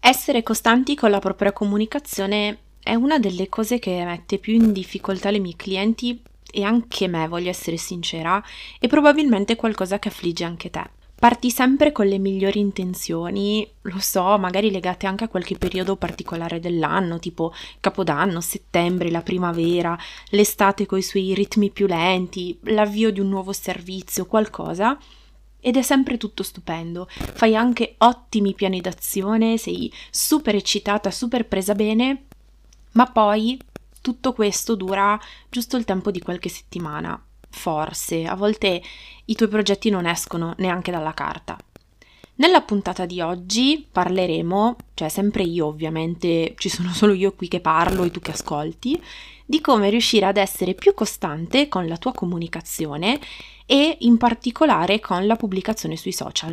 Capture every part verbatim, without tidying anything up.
Essere costanti con la propria comunicazione è una delle cose che mette più in difficoltà le mie clienti e anche me, voglio essere sincera, e probabilmente qualcosa che affligge anche te. Parti sempre con le migliori intenzioni, lo so, magari legate anche a qualche periodo particolare dell'anno, tipo Capodanno, settembre, la primavera, l'estate coi suoi ritmi più lenti, l'avvio di un nuovo servizio, qualcosa. Ed è sempre tutto stupendo, fai anche ottimi piani d'azione, sei super eccitata, super presa bene, ma poi tutto questo dura giusto il tempo di qualche settimana, forse, a volte i tuoi progetti non escono neanche dalla carta. Nella puntata di oggi parleremo, cioè sempre io ovviamente, ci sono solo io qui che parlo e tu che ascolti, di come riuscire ad essere più costante con la tua comunicazione e in particolare con la pubblicazione sui social.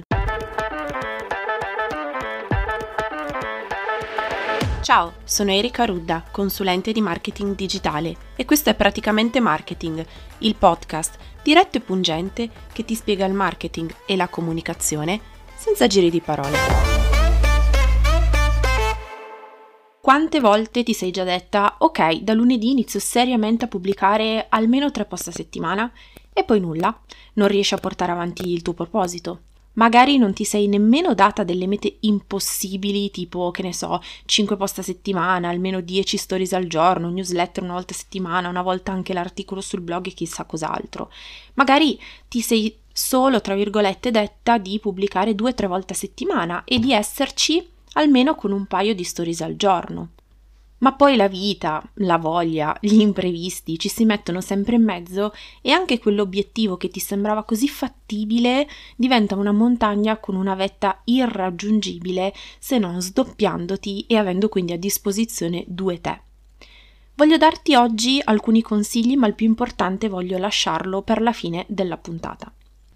Ciao, sono Erika Rudda, consulente di marketing digitale e questo è Praticamente Marketing, il podcast diretto e pungente che ti spiega il marketing e la comunicazione senza giri di parole. Quante volte ti sei già detta, ok, da lunedì inizio seriamente a pubblicare almeno tre post a settimana e poi nulla, non riesci a portare avanti il tuo proposito. Magari non ti sei nemmeno data delle mete impossibili, tipo, che ne so, cinque post a settimana, almeno dieci stories al giorno, newsletter una volta a settimana, una volta anche l'articolo sul blog e chissà cos'altro. Magari ti sei solo, tra virgolette, detta di pubblicare due o tre volte a settimana e di esserci almeno con un paio di stories al giorno. Ma poi la vita, la voglia, gli imprevisti ci si mettono sempre in mezzo e anche quell'obiettivo che ti sembrava così fattibile diventa una montagna con una vetta irraggiungibile se non sdoppiandoti e avendo quindi a disposizione due te. Voglio darti oggi alcuni consigli, ma il più importante voglio lasciarlo per la fine della puntata.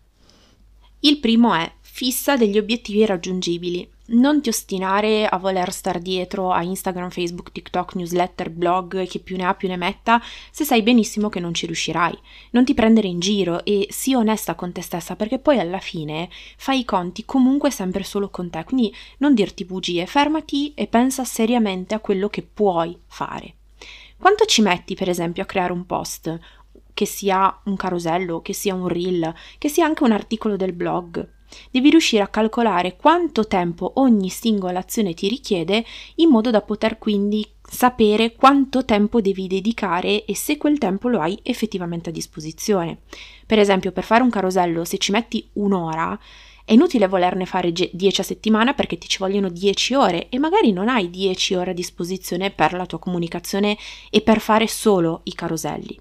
Il primo è: fissa degli obiettivi raggiungibili. Non ti ostinare a voler star dietro a Instagram, Facebook, TikTok, newsletter, blog, che più ne ha più ne metta, se sai benissimo che non ci riuscirai. Non ti prendere in giro e sii onesta con te stessa, perché poi alla fine fai i conti comunque sempre solo con te, quindi non dirti bugie, fermati e pensa seriamente a quello che puoi fare. Quanto ci metti, per esempio, a creare un post? Che sia un carosello, che sia un reel, che sia anche un articolo del blog. Devi riuscire a calcolare quanto tempo ogni singola azione ti richiede in modo da poter quindi sapere quanto tempo devi dedicare e se quel tempo lo hai effettivamente a disposizione. Per esempio, per fare un carosello, se ci metti un'ora, è inutile volerne fare dieci a settimana perché ti ci vogliono dieci ore e magari non hai dieci ore a disposizione per la tua comunicazione e per fare solo i caroselli.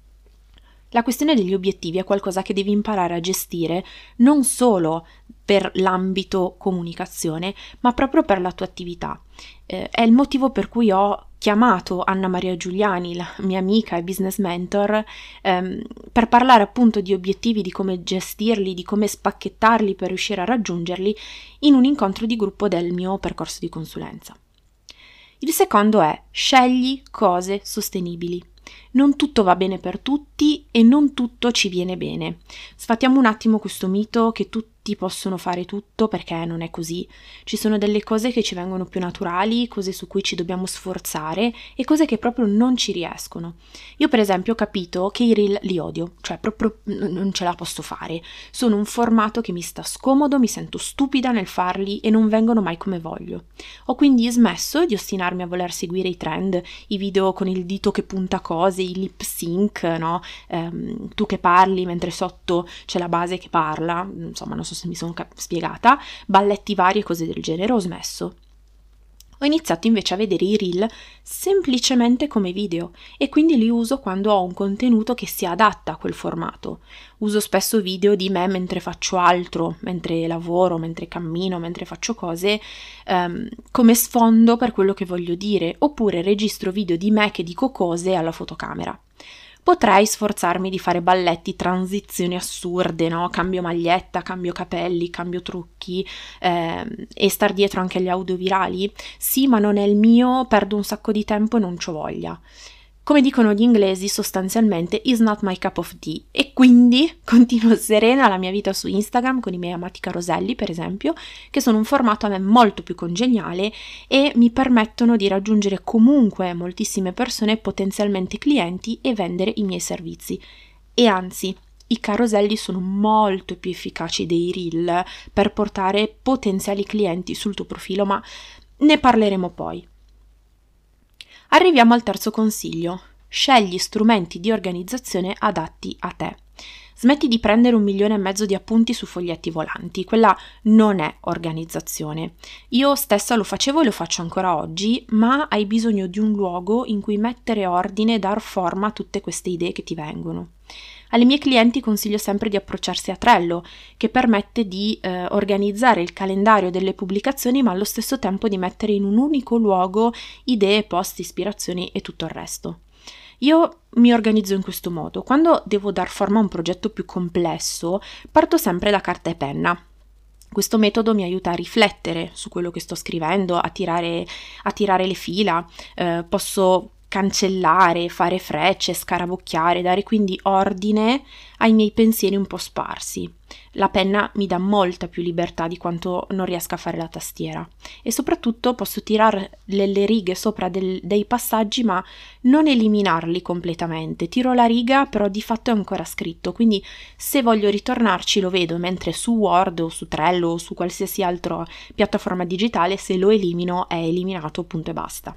La questione degli obiettivi è qualcosa che devi imparare a gestire non solo per l'ambito comunicazione, ma proprio per la tua attività. Eh, è il motivo per cui ho chiamato Anna Maria Giuliani, la mia amica e business mentor, ehm, per parlare appunto di obiettivi, di come gestirli, di come spacchettarli per riuscire a raggiungerli in un incontro di gruppo del mio percorso di consulenza. Il secondo è: scegli cose sostenibili. Non tutto va bene per tutti e non tutto ci viene bene. Sfatiamo un attimo questo mito che tutti possono fare tutto, perché non è così. Ci sono delle cose che ci vengono più naturali, cose su cui ci dobbiamo sforzare e cose che proprio non ci riescono. Io per esempio ho capito che i reel li odio, cioè proprio non ce la posso fare. Sono un formato che mi sta scomodo, mi sento stupida nel farli e non vengono mai come voglio. Ho quindi smesso di ostinarmi a voler seguire i trend, i video con il dito che punta cose, i lip sync, no? Ehm, tu che parli mentre sotto c'è la base che parla, insomma non so se mi sono cap- spiegata, balletti vari e cose del genere. Ho smesso. Ho iniziato invece a vedere i reel semplicemente come video e quindi li uso quando ho un contenuto che si adatta a quel formato. Uso spesso video di me mentre faccio altro, mentre lavoro, mentre cammino, mentre faccio cose, ehm, come sfondo per quello che voglio dire, oppure registro video di me che dico cose alla fotocamera. Potrei sforzarmi di fare balletti, transizioni assurde, no? Cambio maglietta, cambio capelli, cambio trucchi ehm, e star dietro anche agli audio virali? Sì, ma non è il mio, perdo un sacco di tempo e non c'ho voglia. Come dicono gli inglesi, sostanzialmente is not my cup of tea, e quindi continuo serena la mia vita su Instagram con i miei amati caroselli, per esempio, che sono un formato a me molto più congeniale e mi permettono di raggiungere comunque moltissime persone, potenzialmente clienti, e vendere i miei servizi. E anzi, i caroselli sono molto più efficaci dei reel per portare potenziali clienti sul tuo profilo, ma ne parleremo poi. Arriviamo al terzo consiglio. Scegli strumenti di organizzazione adatti a te. Smetti di prendere un milione e mezzo di appunti su foglietti volanti, quella non è organizzazione. Io stessa lo facevo e lo faccio ancora oggi, ma hai bisogno di un luogo in cui mettere ordine e dar forma a tutte queste idee che ti vengono. Alle mie clienti consiglio sempre di approcciarsi a Trello, che permette di eh, organizzare il calendario delle pubblicazioni, ma allo stesso tempo di mettere in un unico luogo idee, post, ispirazioni e tutto il resto. Io mi organizzo in questo modo. Quando devo dar forma a un progetto più complesso, parto sempre da carta e penna. Questo metodo mi aiuta a riflettere su quello che sto scrivendo, a tirare, a tirare le fila, eh, posso cancellare, fare frecce, scarabocchiare, dare quindi ordine ai miei pensieri un po' sparsi. La penna mi dà molta più libertà di quanto non riesca a fare la tastiera, e soprattutto posso tirare le, le righe sopra del, dei passaggi, ma non eliminarli completamente. Tiro la riga, però di fatto è ancora scritto, quindi se voglio ritornarci lo vedo, mentre su Word o su Trello o su qualsiasi altra piattaforma digitale, se lo elimino è eliminato, punto e basta.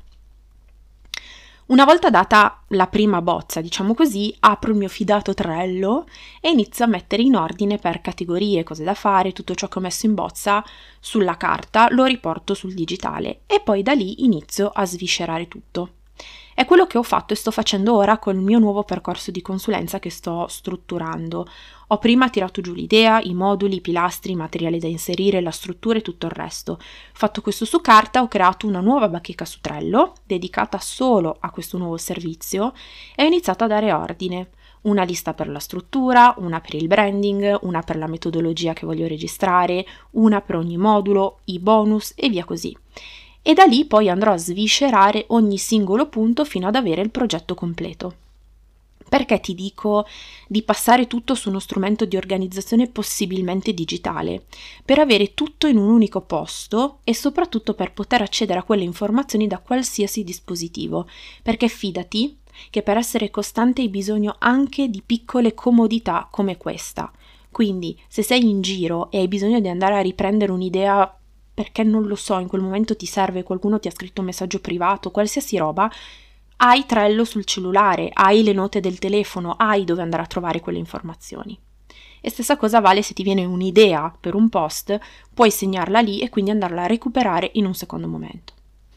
Una volta data la prima bozza, diciamo così, apro il mio fidato Trello e inizio a mettere in ordine per categorie, cose da fare, tutto ciò che ho messo in bozza sulla carta lo riporto sul digitale e poi da lì inizio a sviscerare tutto. È quello che ho fatto e sto facendo ora col mio nuovo percorso di consulenza che sto strutturando. Ho prima tirato giù l'idea, i moduli, i pilastri, il materiale da inserire, la struttura e tutto il resto. Fatto questo su carta, ho creato una nuova bacheca su Trello, dedicata solo a questo nuovo servizio, e ho iniziato a dare ordine. Una lista per la struttura, una per il branding, una per la metodologia che voglio registrare, una per ogni modulo, i bonus e via così. E da lì poi andrò a sviscerare ogni singolo punto fino ad avere il progetto completo. Perché ti dico di passare tutto su uno strumento di organizzazione possibilmente digitale? Per avere tutto in un unico posto e soprattutto per poter accedere a quelle informazioni da qualsiasi dispositivo, perché fidati che per essere costante hai bisogno anche di piccole comodità come questa. Quindi se sei in giro e hai bisogno di andare a riprendere un'idea perché non lo so, in quel momento ti serve, qualcuno ti ha scritto un messaggio privato, qualsiasi roba, hai Trello sul cellulare, hai le note del telefono, hai dove andare a trovare quelle informazioni. E stessa cosa vale se ti viene un'idea per un post, puoi segnarla lì e quindi andarla a recuperare in un secondo momento.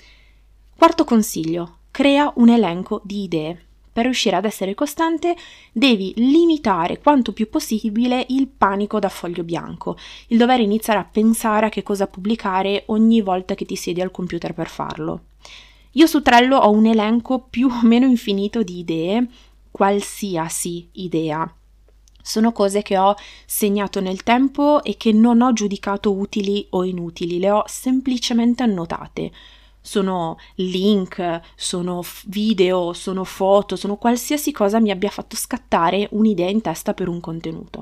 Quarto consiglio, crea un elenco di idee. Per riuscire ad essere costante devi limitare quanto più possibile il panico da foglio bianco, il dover iniziare a pensare a che cosa pubblicare ogni volta che ti siedi al computer per farlo. Io su Trello ho un elenco più o meno infinito di idee, qualsiasi idea. Sono cose che ho segnato nel tempo e che non ho giudicato utili o inutili, le ho semplicemente annotate. Sono link, sono video, sono foto, sono qualsiasi cosa mi abbia fatto scattare un'idea in testa per un contenuto.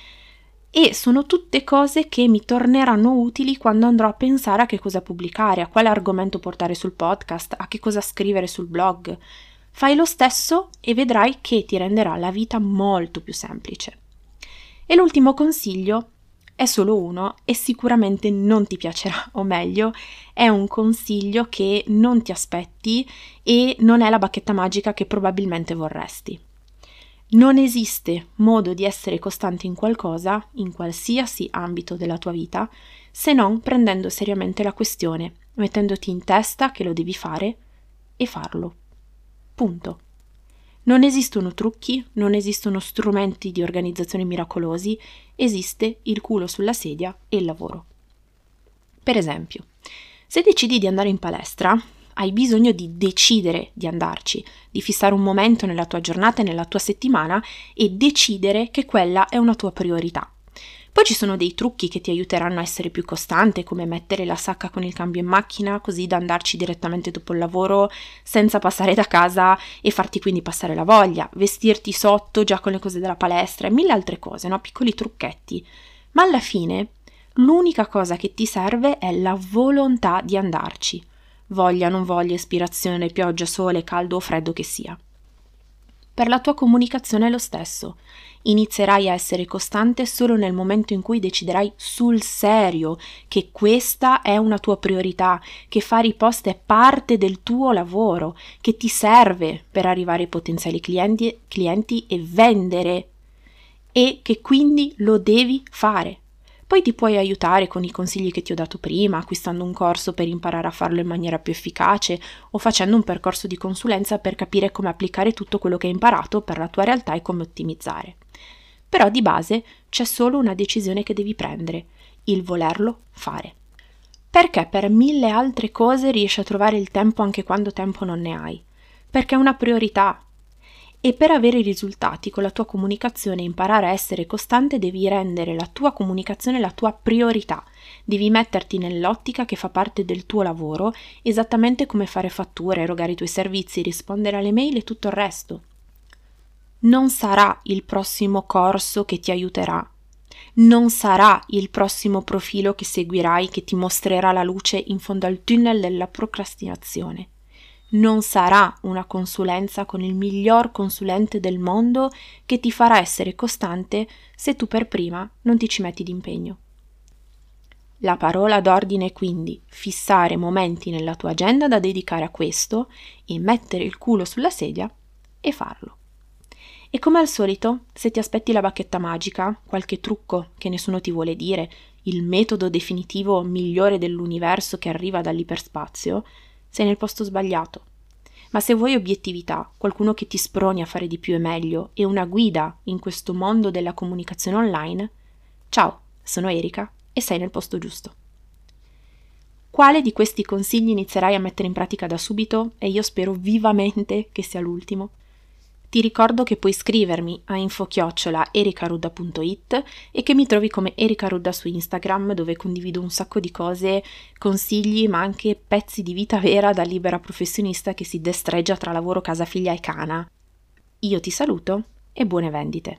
E sono tutte cose che mi torneranno utili quando andrò a pensare a che cosa pubblicare, a quale argomento portare sul podcast, a che cosa scrivere sul blog. Fai lo stesso e vedrai che ti renderà la vita molto più semplice. E l'ultimo consiglio è solo uno e sicuramente non ti piacerà, o meglio, è un consiglio che non ti aspetti e non è la bacchetta magica che probabilmente vorresti. Non esiste modo di essere costante in qualcosa, in qualsiasi ambito della tua vita, se non prendendo seriamente la questione, mettendoti in testa che lo devi fare e farlo. Punto. Non esistono trucchi, non esistono strumenti di organizzazione miracolosi, esiste il culo sulla sedia e il lavoro. Per esempio, se decidi di andare in palestra, hai bisogno di decidere di andarci, di fissare un momento nella tua giornata e nella tua settimana e decidere che quella è una tua priorità. Poi ci sono dei trucchi che ti aiuteranno a essere più costante, come mettere la sacca con il cambio in macchina, così da andarci direttamente dopo il lavoro senza passare da casa e farti quindi passare la voglia, vestirti sotto già con le cose della palestra e mille altre cose, no? Piccoli trucchetti. Ma alla fine l'unica cosa che ti serve è la volontà di andarci. Voglia, non voglia, ispirazione, pioggia, sole, caldo o freddo che sia. Per la tua comunicazione è lo stesso. Inizierai a essere costante solo nel momento in cui deciderai sul serio che questa è una tua priorità, che fare i post è parte del tuo lavoro, che ti serve per arrivare ai potenziali clienti, clienti e vendere, e che quindi lo devi fare. Poi ti puoi aiutare con i consigli che ti ho dato prima, acquistando un corso per imparare a farlo in maniera più efficace o facendo un percorso di consulenza per capire come applicare tutto quello che hai imparato per la tua realtà e come ottimizzare. Però di base c'è solo una decisione che devi prendere, il volerlo fare. Perché per mille altre cose riesci a trovare il tempo anche quando tempo non ne hai. Perché è una priorità. E per avere i risultati con la tua comunicazione e imparare a essere costante devi rendere la tua comunicazione la tua priorità. Devi metterti nell'ottica che fa parte del tuo lavoro, esattamente come fare fatture, erogare i tuoi servizi, rispondere alle mail e tutto il resto. Non sarà il prossimo corso che ti aiuterà. Non sarà il prossimo profilo che seguirai che ti mostrerà la luce in fondo al tunnel della procrastinazione. Non sarà una consulenza con il miglior consulente del mondo che ti farà essere costante se tu per prima non ti ci metti d'impegno. La parola d'ordine è quindi fissare momenti nella tua agenda da dedicare a questo e mettere il culo sulla sedia e farlo. E come al solito, se ti aspetti la bacchetta magica, qualche trucco che nessuno ti vuole dire, il metodo definitivo migliore dell'universo che arriva dall'iperspazio, sei nel posto sbagliato. Ma se vuoi obiettività, qualcuno che ti sproni a fare di più e meglio e una guida in questo mondo della comunicazione online, ciao, sono Erika e sei nel posto giusto. Quale di questi consigli inizierai a mettere in pratica da subito? E io spero vivamente che sia l'ultimo. Ti ricordo che puoi scrivermi a info chiocciola ericarudda punto it e che mi trovi come Erika Rudda su Instagram, dove condivido un sacco di cose, consigli, ma anche pezzi di vita vera da libera professionista che si destreggia tra lavoro, casa, figlia e cana. Io ti saluto e buone vendite.